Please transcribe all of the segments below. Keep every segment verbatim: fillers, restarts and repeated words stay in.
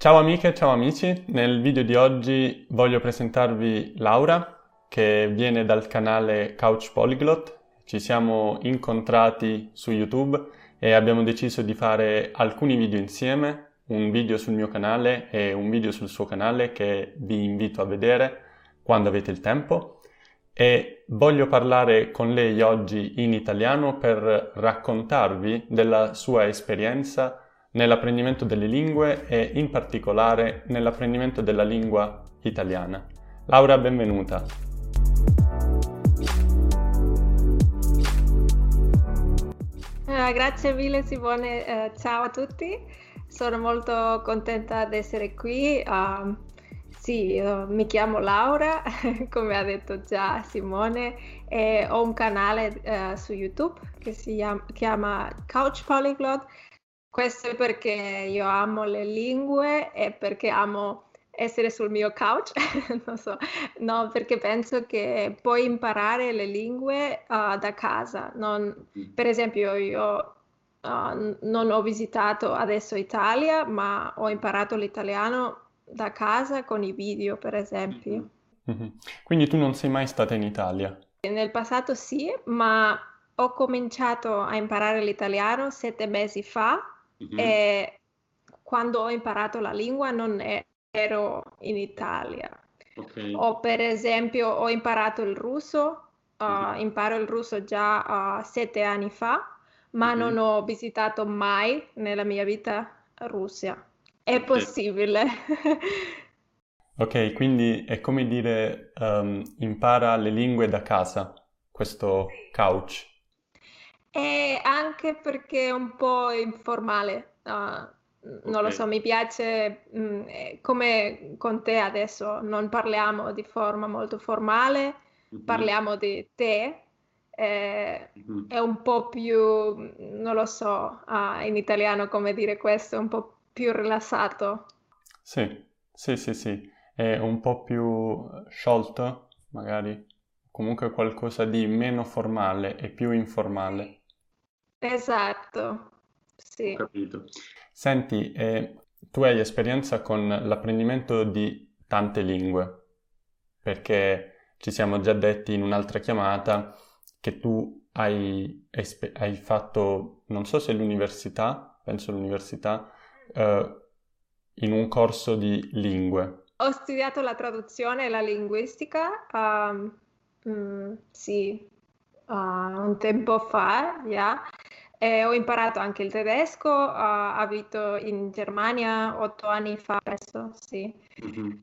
Ciao amiche, ciao amici, nel video di oggi voglio presentarvi Laura che viene dal canale Couch Polyglot. Ci siamo incontrati su YouTube e abbiamo deciso di fare alcuni video insieme, un video sul mio canale e un video sul suo canale che vi invito a vedere quando avete il tempo. E voglio parlare con lei oggi in italiano per raccontarvi della sua esperienza nell'apprendimento delle lingue e in particolare nell'apprendimento della lingua italiana. Laura, benvenuta. Uh, grazie mille Simone, uh, ciao a tutti, sono molto contenta di essere qui. Uh, sì, uh, mi chiamo Laura, come ha detto già Simone, e ho un canale uh, su YouTube che si chiama, chiama Couch Polyglot. Questo è perché io amo le lingue e perché amo essere sul mio couch, non so, no, perché penso che puoi imparare le lingue uh, da casa. Non, per esempio, io uh, non ho visitato adesso Italia, ma ho imparato l'italiano da casa con i video, per esempio. Mm-hmm. Quindi tu non sei mai stata in Italia? Nel passato sì, ma ho cominciato a imparare l'italiano sette mesi fa. Mm-hmm. E quando ho imparato la lingua non ero in Italia. Okay. O per esempio ho imparato il russo, uh, mm-hmm. imparo il russo già uh, sette anni fa, ma mm-hmm. non ho visitato mai nella mia vita Russia. È okay. Possibile. Ok, quindi è come dire um, impara le lingue da casa, questo couch. E anche perché è un po' informale, uh, non okay. Lo so, mi piace, mh, come con te adesso non parliamo di forma molto formale, mm-hmm. parliamo di te, eh, mm-hmm. è un po' più, non lo so, uh, in italiano come dire questo, un po' più rilassato. Sì, sì, sì, sì, è un po' più sciolto, magari, comunque qualcosa di meno formale e più informale. Esatto, sì. Ho capito. Senti, eh, tu hai esperienza con l'apprendimento di tante lingue, perché ci siamo già detti in un'altra chiamata che tu hai, espe- hai fatto, non so se l'università, penso l'università, eh, in un corso di lingue. Ho studiato la traduzione e la linguistica, um, mm, sì, uh, un tempo fa, yeah. E ho imparato anche il tedesco, uh, abito in Germania otto anni fa, penso, sì. Mm-hmm.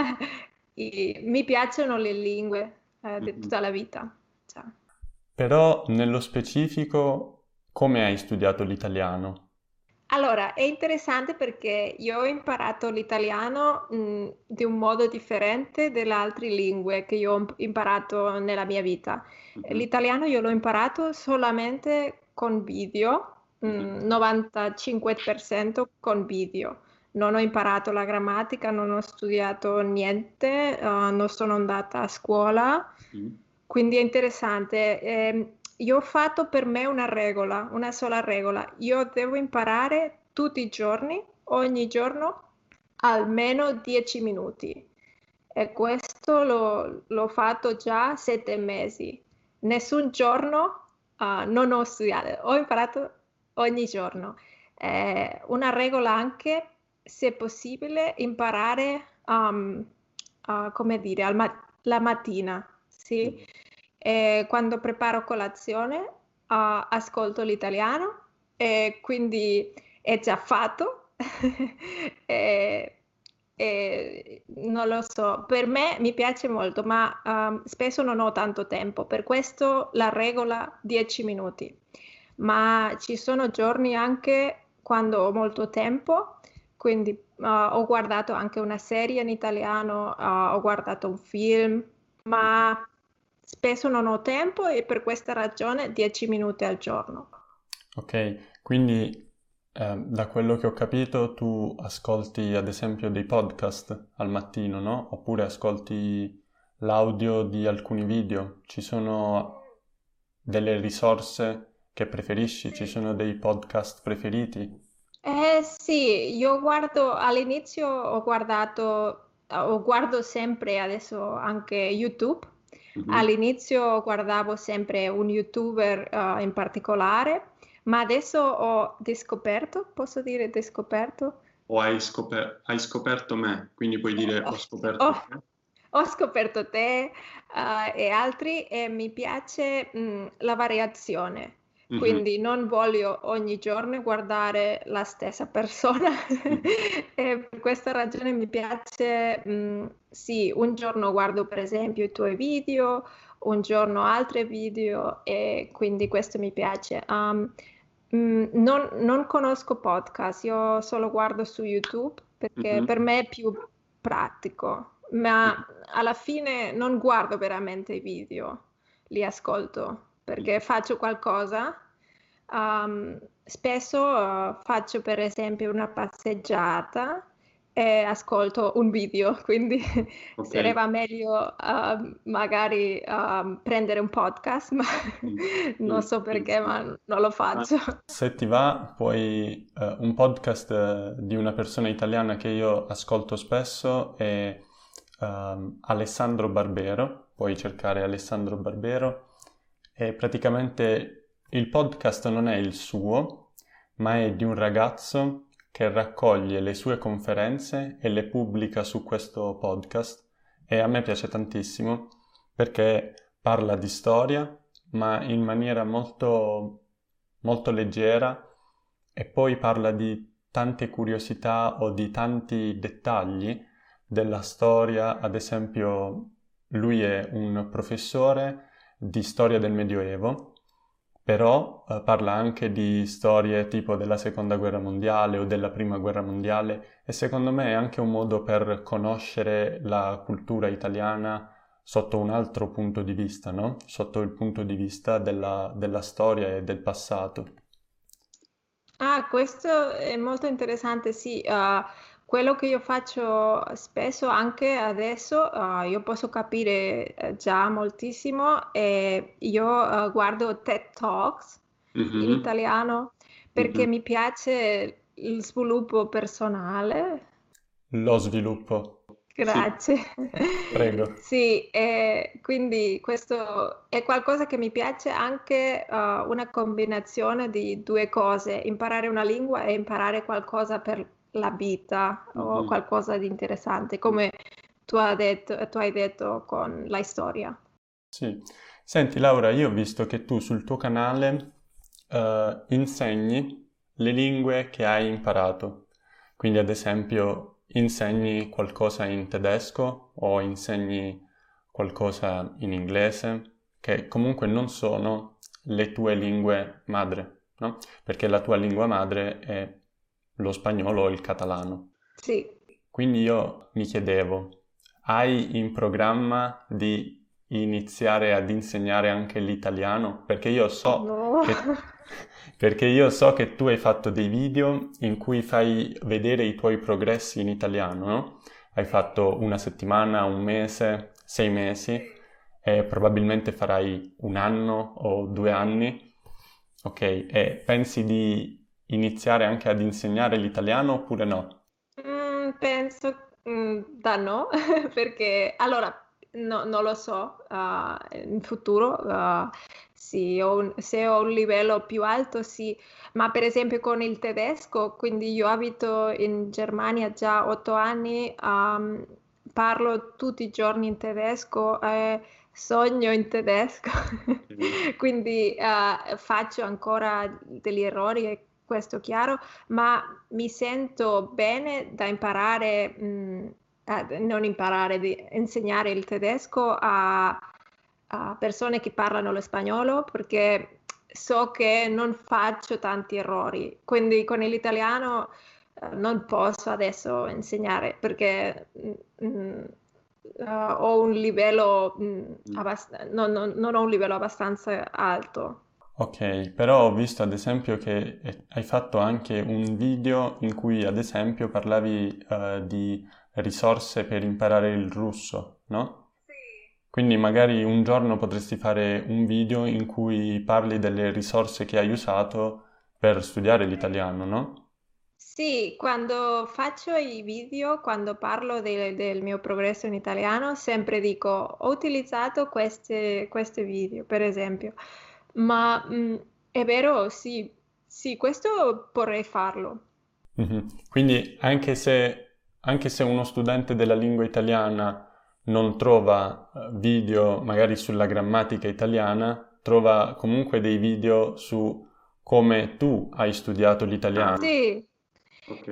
E mi piacciono le lingue eh, di tutta la vita. Cioè. Però nello specifico, come hai studiato l'italiano? Allora, è interessante perché io ho imparato l'italiano mh, di un modo differente delle altre lingue che io ho imparato nella mia vita. Mm-hmm. L'italiano io l'ho imparato solamente con video, mh, novantacinque per cento con video. Non ho imparato la grammatica, non ho studiato niente, uh, non sono andata a scuola, mm. Quindi è interessante. Eh, io ho fatto per me una regola, una sola regola. Io devo imparare tutti i giorni, ogni giorno, almeno dieci minuti. E questo l'ho, l'ho fatto già sette mesi. Nessun giorno uh, non ho studiato, ho imparato ogni giorno. Eh, una regola anche, se possibile, imparare, um, uh, come dire, al ma- la mattina, sì? E quando preparo colazione, uh, ascolto l'italiano e quindi è già fatto. e, e, non lo so, per me mi piace molto, ma um, spesso non ho tanto tempo, per questo la regola dieci minuti. Ma ci sono giorni anche quando ho molto tempo, quindi uh, ho guardato anche una serie in italiano, uh, ho guardato un film, ma spesso non ho tempo e per questa ragione dieci minuti al giorno. Ok, quindi eh, da quello che ho capito tu ascolti ad esempio dei podcast al mattino, no? Oppure ascolti l'audio di alcuni video. Ci sono delle risorse che preferisci? Ci sono dei podcast preferiti? Eh sì, io guardo all'inizio ho guardato, o guardo sempre adesso anche YouTube. Mhm. All'inizio guardavo sempre un YouTuber eh, in particolare, ma adesso ho descoperto, posso dire descoperto? O hai scoper- hai scoperto me, quindi puoi dire ho Ho, scoperto te? ho scoperto te, eh, e altri e mi piace, mh, la variazione, Mhm, quindi non voglio ogni giorno guardare la stessa persona mhm, e per questa ragione mi piace, mh, sì, un giorno guardo per esempio i tuoi video, un giorno altri video e quindi questo mi piace. Um, mh, non, non conosco podcast, io solo guardo su YouTube perché mhm, per me è più pratico, ma alla fine non guardo veramente i video, li ascolto perché mhm. faccio qualcosa. Um, spesso uh, faccio per esempio una passeggiata e ascolto un video, quindi Ok. sarebbe meglio uh, magari uh, prendere un podcast, ma Mm, non sì, so sì, perché, sì. ma non lo Ah, faccio. Se ti va, puoi, eh, un podcast eh, di una persona italiana che io ascolto spesso è ehm, Alessandro Barbero, puoi cercare Alessandro Barbero e praticamente il podcast non è il suo, ma è di un ragazzo che raccoglie le sue conferenze e le pubblica su questo podcast e a me piace tantissimo perché parla di storia, ma in maniera molto, molto leggera e poi parla di tante curiosità o di tanti dettagli della storia. Ad esempio, lui è un professore di storia del Medioevo, però eh, parla anche di storie tipo della Seconda Guerra Mondiale o della Prima Guerra Mondiale e secondo me è anche un modo per conoscere la cultura italiana sotto un altro punto di vista, no? Sotto il punto di vista della, della storia e del passato. Ah, questo è molto interessante, sì. Eh, quello che io faccio spesso anche adesso, eh, io posso capire eh, già moltissimo e io eh, guardo TED Talks in mhm, italiano mhm. perché mi piace il sviluppo personale. Lo sviluppo. Sì, Grazie. Prego. Sì, e quindi questo è qualcosa che mi piace anche, eh, una combinazione di due cose, imparare una lingua e imparare qualcosa per la vita o mhm. qualcosa di interessante, come tu hai detto, tu hai detto con la storia. Sì. Senti Laura, io ho visto che tu sul tuo canale eh, insegni le lingue che hai imparato. Quindi ad esempio insegni qualcosa in tedesco o insegni qualcosa in inglese, che comunque non sono le tue lingue madre, no? Perché la tua lingua madre è lo spagnolo o il catalano. Sì. Quindi io mi chiedevo, hai in programma di iniziare ad insegnare anche l'italiano? Perché io so No. che, perché io so che tu hai fatto dei video in cui fai vedere i tuoi progressi in italiano, no? Hai fatto una settimana, un mese, sei mesi e probabilmente farai un anno o due anni. Ok, e pensi di iniziare anche ad insegnare l'italiano oppure no? Mm, penso, mm, da no, perché allora no- non lo so, ah, in futuro, ah, sì, ho un- se ho un livello più alto, sì, ma per esempio con il tedesco, quindi io abito in Germania già otto anni, ehm, parlo tutti i giorni in tedesco e sogno in tedesco, Ok. quindi eh, faccio ancora degli errori, e questo è chiaro, ma mi sento bene da imparare, mh, eh, non imparare, di insegnare il tedesco a, a persone che parlano lo spagnolo perché so che non faccio tanti errori. Quindi con l'italiano eh, non posso adesso insegnare perché mh, mh, eh, ho un livello, mh, Mm. abbast- non non- non ho un livello abbastanza alto. Ok, però ho visto ad esempio che eh, hai fatto anche un video in cui ad esempio parlavi eh, di risorse per imparare il russo, no? Quindi magari un giorno potresti fare un video in cui parli delle risorse che hai usato per studiare l'italiano, no? Sì, quando faccio i video, quando parlo de- del mio progresso in italiano, sempre dico ho utilizzato queste, queste video, per esempio. Ma mh, è vero, sì, sì, questo vorrei farlo. Mhm. Quindi anche se, anche se uno studente della lingua italiana non trova eh, video magari sulla grammatica italiana, trova comunque dei video su come tu hai studiato Ah, l'italiano. Sì, ok.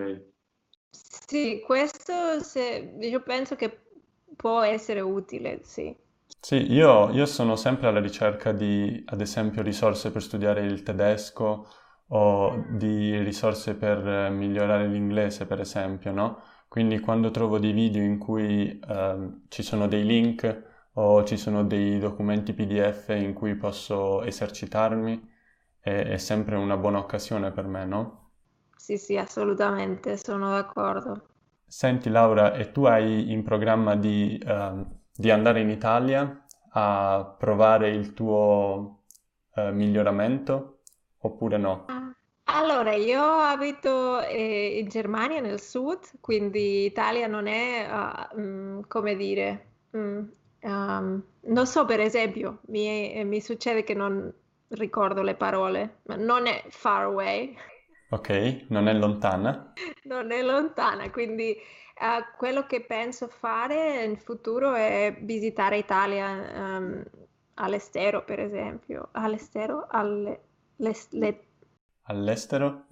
sì, questo se- io penso che può essere utile, sì. Sì, io, io sono sempre alla ricerca di, ad esempio, risorse per studiare il tedesco o di risorse per eh, migliorare l'inglese, per esempio, no? Quindi quando trovo dei video in cui ehm, ci sono dei link o ci sono dei documenti P D F in cui posso esercitarmi, è, è sempre una buona occasione per me, no? Sì, sì, assolutamente, sono d'accordo. Senti Laura, e tu hai in programma di, ehm, di andare in Italia a provare il tuo eh, miglioramento oppure no? Ah, allora, io abito eh, in Germania, nel sud, quindi Italia non è, ah, mm, come dire, mm, um, non so, per esempio, mi, eh, mi succede che non ricordo le parole, ma non è far away, Ok, non è lontana? non è lontana, quindi eh, quello che penso fare in futuro è visitare Italia, ehm, all'estero, per esempio, all'estero, alle, les- le- All'estero?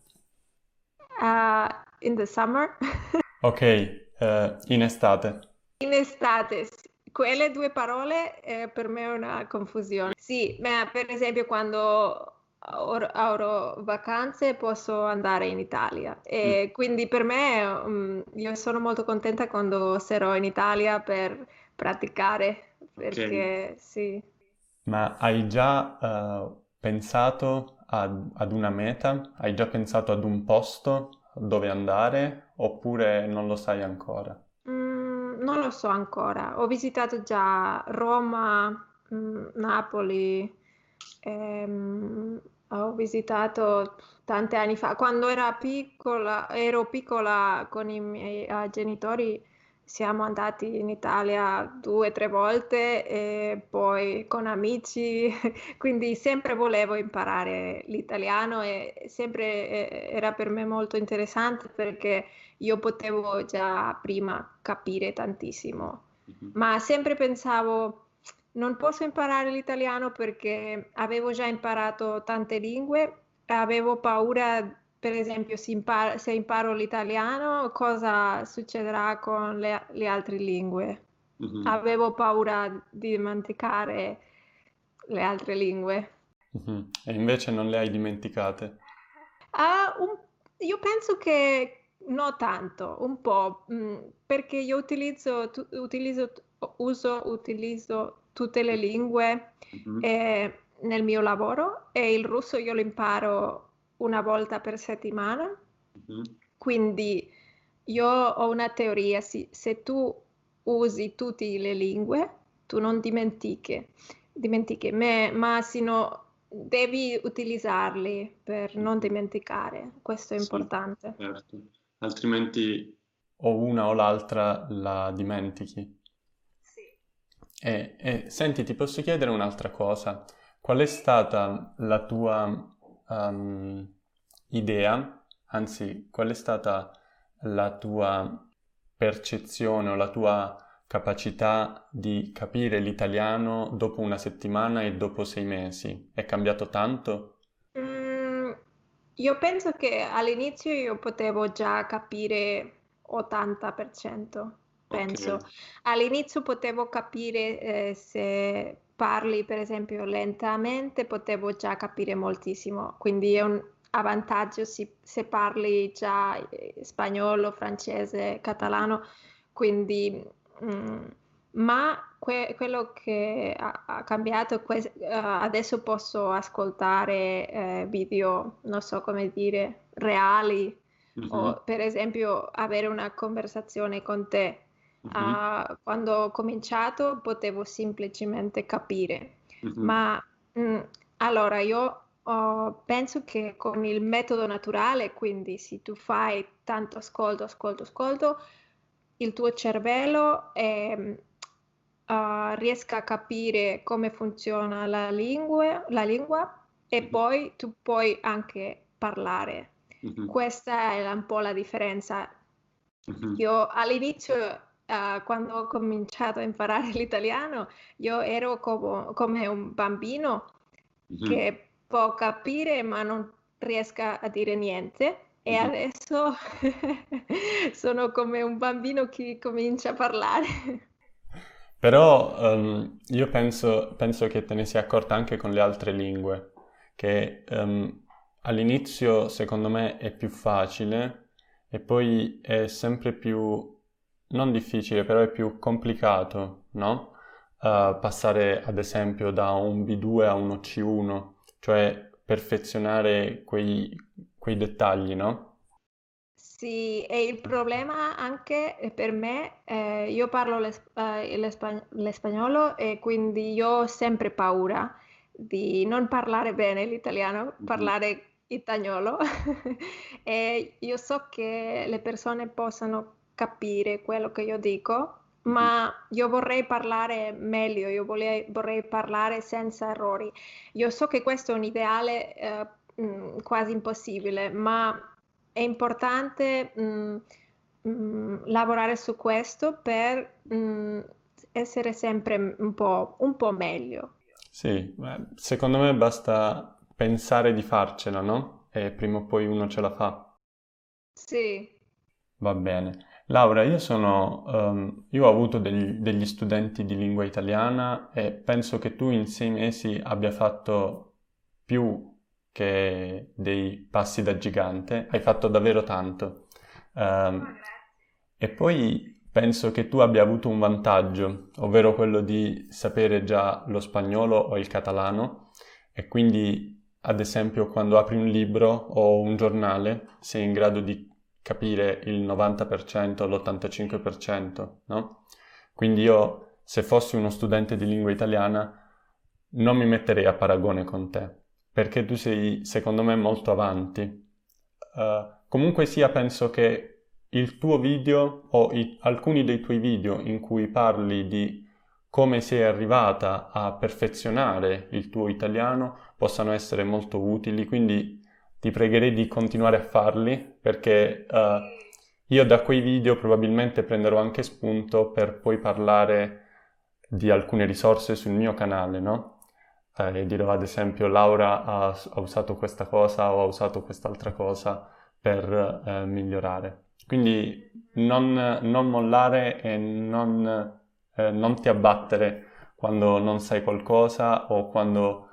uh, in the summer. Ok, eh, in estate. In estate, sì. Quelle due parole eh, per me è una confusione. Sì, ma per esempio quando ho, ho vacanze posso andare in Italia Mm, e quindi per me mm, io sono molto contenta quando sarò in Italia per praticare ok. perché sì. Ma hai già eh, pensato ad, ad una meta? Hai già pensato ad un posto dove andare oppure non lo sai ancora? Mm, non lo so ancora. Ho visitato già Roma, mm, Napoli, ehm, ho visitato tanti anni fa. Quando era piccola, ero piccola con i miei eh, genitori, siamo andati in Italia due o tre volte e poi con amici, quindi sempre volevo imparare l'italiano e sempre eh, era per me molto interessante perché io potevo già prima capire tantissimo, Mhm. ma sempre pensavo, non posso imparare l'italiano perché avevo già imparato tante lingue e avevo paura, per esempio, se imparo, se imparo l'italiano, cosa succederà con le, le altre lingue? Mhm. Avevo paura di dimenticare le altre lingue. Mhm. E invece non le hai dimenticate? Ah, un- io penso che no tanto, un po', mm, perché io utilizzo, tu- utilizzo- uso, utilizzo tutte le lingue Mhm. eh, nel mio lavoro e il russo io lo imparo una volta per settimana, Mhm. quindi io ho una teoria, sì, se tu usi tutte le lingue, tu non dimentichi, dimentichi, me- ma se no devi utilizzarli per non Mhm. dimenticare, questo è Sì, importante. certo. Altrimenti, O una o l'altra la dimentichi? Sì. E, e, senti, ti posso chiedere un'altra cosa. Qual è stata la tua ehm, idea, anzi, qual è stata la tua percezione o la tua capacità di capire l'italiano dopo una settimana e dopo sei mesi? È cambiato tanto? Mm, io penso che all'inizio io potevo già capire ottanta per cento, ok. penso. All'inizio potevo capire eh, se parli, per esempio, lentamente, potevo già capire moltissimo. Quindi è un avvantaggio se, se parli già eh, spagnolo, francese, Mhm. catalano. Quindi, mm, ma que- quello che ha, ha cambiato, è que- eh, adesso posso ascoltare eh, video, non so come dire, reali, Mhm. o per esempio avere una conversazione con te. Mhm. Ah, quando ho cominciato potevo semplicemente capire, Mhm. ma mm, allora io oh, penso che con il metodo naturale, quindi se tu fai tanto ascolto, ascolto, ascolto, il tuo cervello ehm, uh, riesca a capire come funziona la lingua, la lingua e Mhm, poi tu puoi anche parlare. mhm, Questa è un po' la differenza. mhm, Io all'inizio, eh, quando ho cominciato a imparare l'italiano, io ero como- come un bambino mhm. che può capire ma non riesca a dire niente. E Mhm. adesso sono come un bambino che comincia a parlare. Però ehm, io penso, penso che te ne sia accorta anche con le altre lingue, che ehm, all'inizio secondo me è più facile e poi è sempre più, non difficile, però è più complicato, no? Eh, passare ad esempio da un B due a uno C uno, cioè perfezionare quei, quei dettagli, no? Sì, e il problema anche eh, per me, eh, io parlo l'es- eh, l'espa- l'espagnolo e quindi io ho sempre paura di non parlare bene l'italiano, Mhm. parlare italiano. E io so che le persone possano capire quello che io dico, Mhm. ma io vorrei parlare meglio, io vorrei, vorrei parlare senza errori. Io so che questo è un ideale eh, mh, quasi impossibile, ma è importante mh, mh, lavorare su questo per mh, essere sempre un po', un po' meglio. Sì, beh, secondo me basta pensare di farcela, no? E prima o poi uno ce la fa. Sì, Va bene. Laura, io sono, ehm, io ho avuto degli, degli studenti di lingua italiana e penso che tu in sei mesi abbia fatto più che dei passi da gigante, hai fatto davvero tanto. Ehm, e poi penso che tu abbia avuto un vantaggio, ovvero quello di sapere già lo spagnolo o il catalano e quindi, ad esempio, quando apri un libro o un giornale, sei in grado di capire il novanta per cento, l'ottantacinque per cento, no? Quindi io, se fossi uno studente di lingua italiana, non mi metterei a paragone con te, perché tu sei, secondo me, molto avanti. Eh, comunque sia, penso che il tuo video o i- alcuni dei tuoi video in cui parli di come sei arrivata a perfezionare il tuo italiano possano essere molto utili, quindi ti pregherei di continuare a farli perché eh, io da quei video probabilmente prenderò anche spunto per poi parlare di alcune risorse sul mio canale, no? Eh, dirò ad esempio Laura ha, ha usato questa cosa o ha usato quest'altra cosa per eh, migliorare. Quindi non, non mollare e non, eh, non ti abbattere quando non sai qualcosa o quando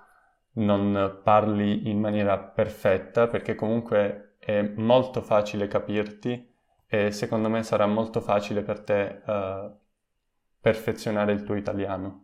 non parli in maniera perfetta, perché comunque è molto facile capirti e secondo me sarà molto facile per te eh, perfezionare il tuo italiano.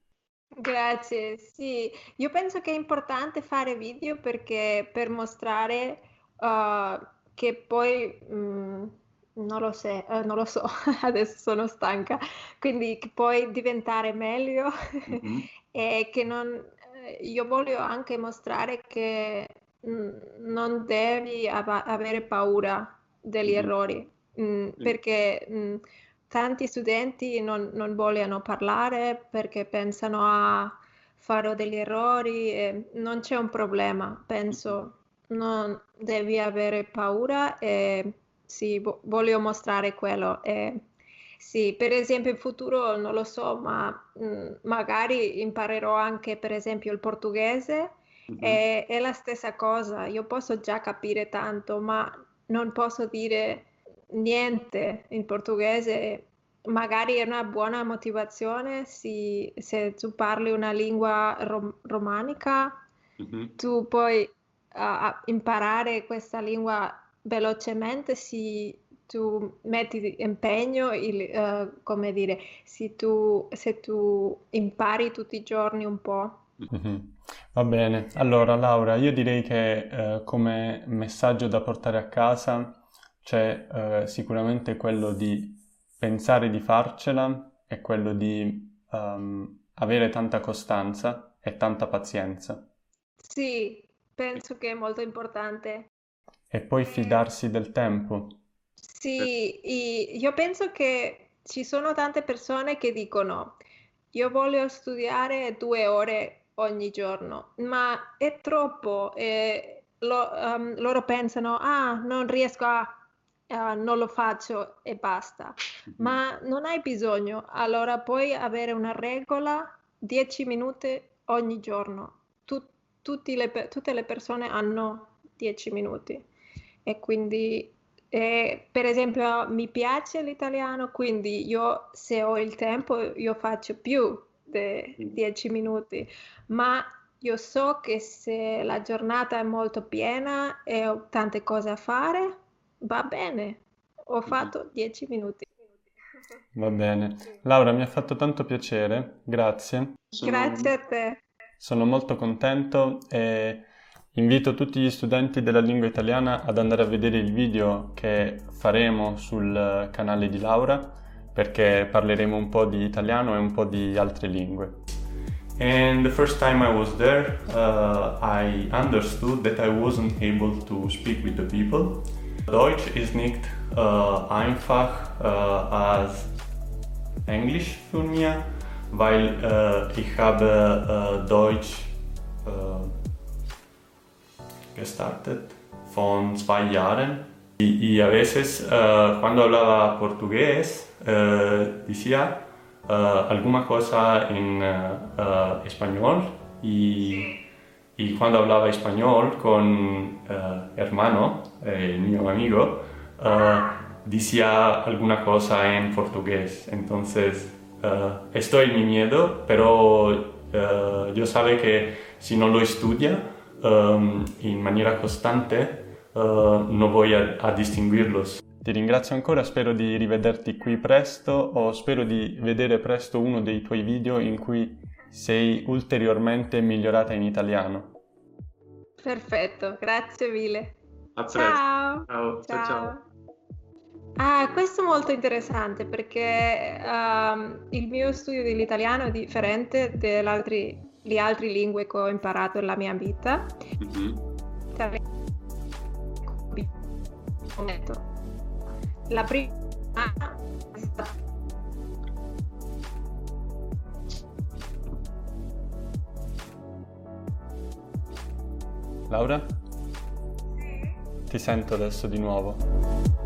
grazie. Sì, io penso che è importante fare video perché per mostrare uh, che poi mh, non lo so, eh, non lo so, adesso sono stanca, quindi che puoi diventare meglio Mhm. e che non, eh, io voglio anche mostrare che mh, non devi ava- avere paura degli Mhm. errori, mh, Sì. perché mh, tanti studenti non, non vogliono parlare perché pensano a farò degli errori e non c'è un problema, Mhm. penso, non devi avere paura e sì, vo- voglio mostrare quello. E, sì, per esempio in futuro non lo so, ma mh, magari imparerò anche per esempio il portoghese Mhm. e è la stessa cosa, io posso già capire tanto, ma non posso dire niente in portoghese. Magari è una buona motivazione si- se tu parli una lingua rom- romanica, Mhm. tu puoi ah, ah, imparare questa lingua velocemente se tu metti di- impegno, il- eh, come dire, se tu, se tu impari tutti i giorni un po'. Mhm. Va bene, allora Laura, io direi che eh, come messaggio da portare a casa c'è eh, sicuramente quello di pensare di farcela e quello di ehm, avere tanta costanza e tanta pazienza. Sì, penso che è molto importante. E poi fidarsi del tempo. Sì, i- io penso che ci sono tante persone che dicono, io voglio studiare due ore ogni giorno, ma è troppo. E lo- ehm, loro pensano, ah, non riesco a, a- non lo faccio e basta. Ma non hai bisogno, allora puoi avere una regola, dieci minuti ogni giorno. Tu- tutti le pe- tutte le persone hanno dieci minuti e quindi, eh, per esempio, mi piace l'italiano, quindi io se ho il tempo io faccio più di dieci minuti, ma io so che se la giornata è molto piena e ho tante cose a fare, va bene, ho fatto dieci minuti. Va bene. Laura, mi ha fatto tanto piacere, grazie. Sono- Grazie a te. Sono molto contento e invito tutti gli studenti della lingua italiana ad andare a vedere il video che faremo sul canale di Laura, perché parleremo un po' di italiano e un po' di altre lingue. And the first time I was there, uh, I understood that I wasn't able to speak with the people. Deutsch ist nicht uh, einfach uh, als Englisch für mich, weil uh, ich habe uh, Deutsch uh, gestartet von zwei Jahren. Y, y a veces uh, cuando hablaba portugués uh, decía uh, alguna cosa en uh, uh, español y, y cuando hablaba español con uh, hermano, eh, mio amigo, uh, decía alguna cosa en portugués. Entonces uh, esto es mi miedo, pero uh, yo sabe que si no lo estudia um, in maniera costante Uh, non voy a, a distinguirlos. Ti ringrazio ancora, spero di rivederti qui presto o spero di vedere presto uno dei tuoi video in cui sei ulteriormente migliorata in italiano. Perfetto, grazie mille. A presto. Ciao. Ciao, ciao, ciao. Ah, questo è molto interessante perché ehm, il mio studio dell'italiano è differente dalle altre lingue che ho imparato nella mia vita. Mhm. La prima Laura? Ti sento adesso di nuovo.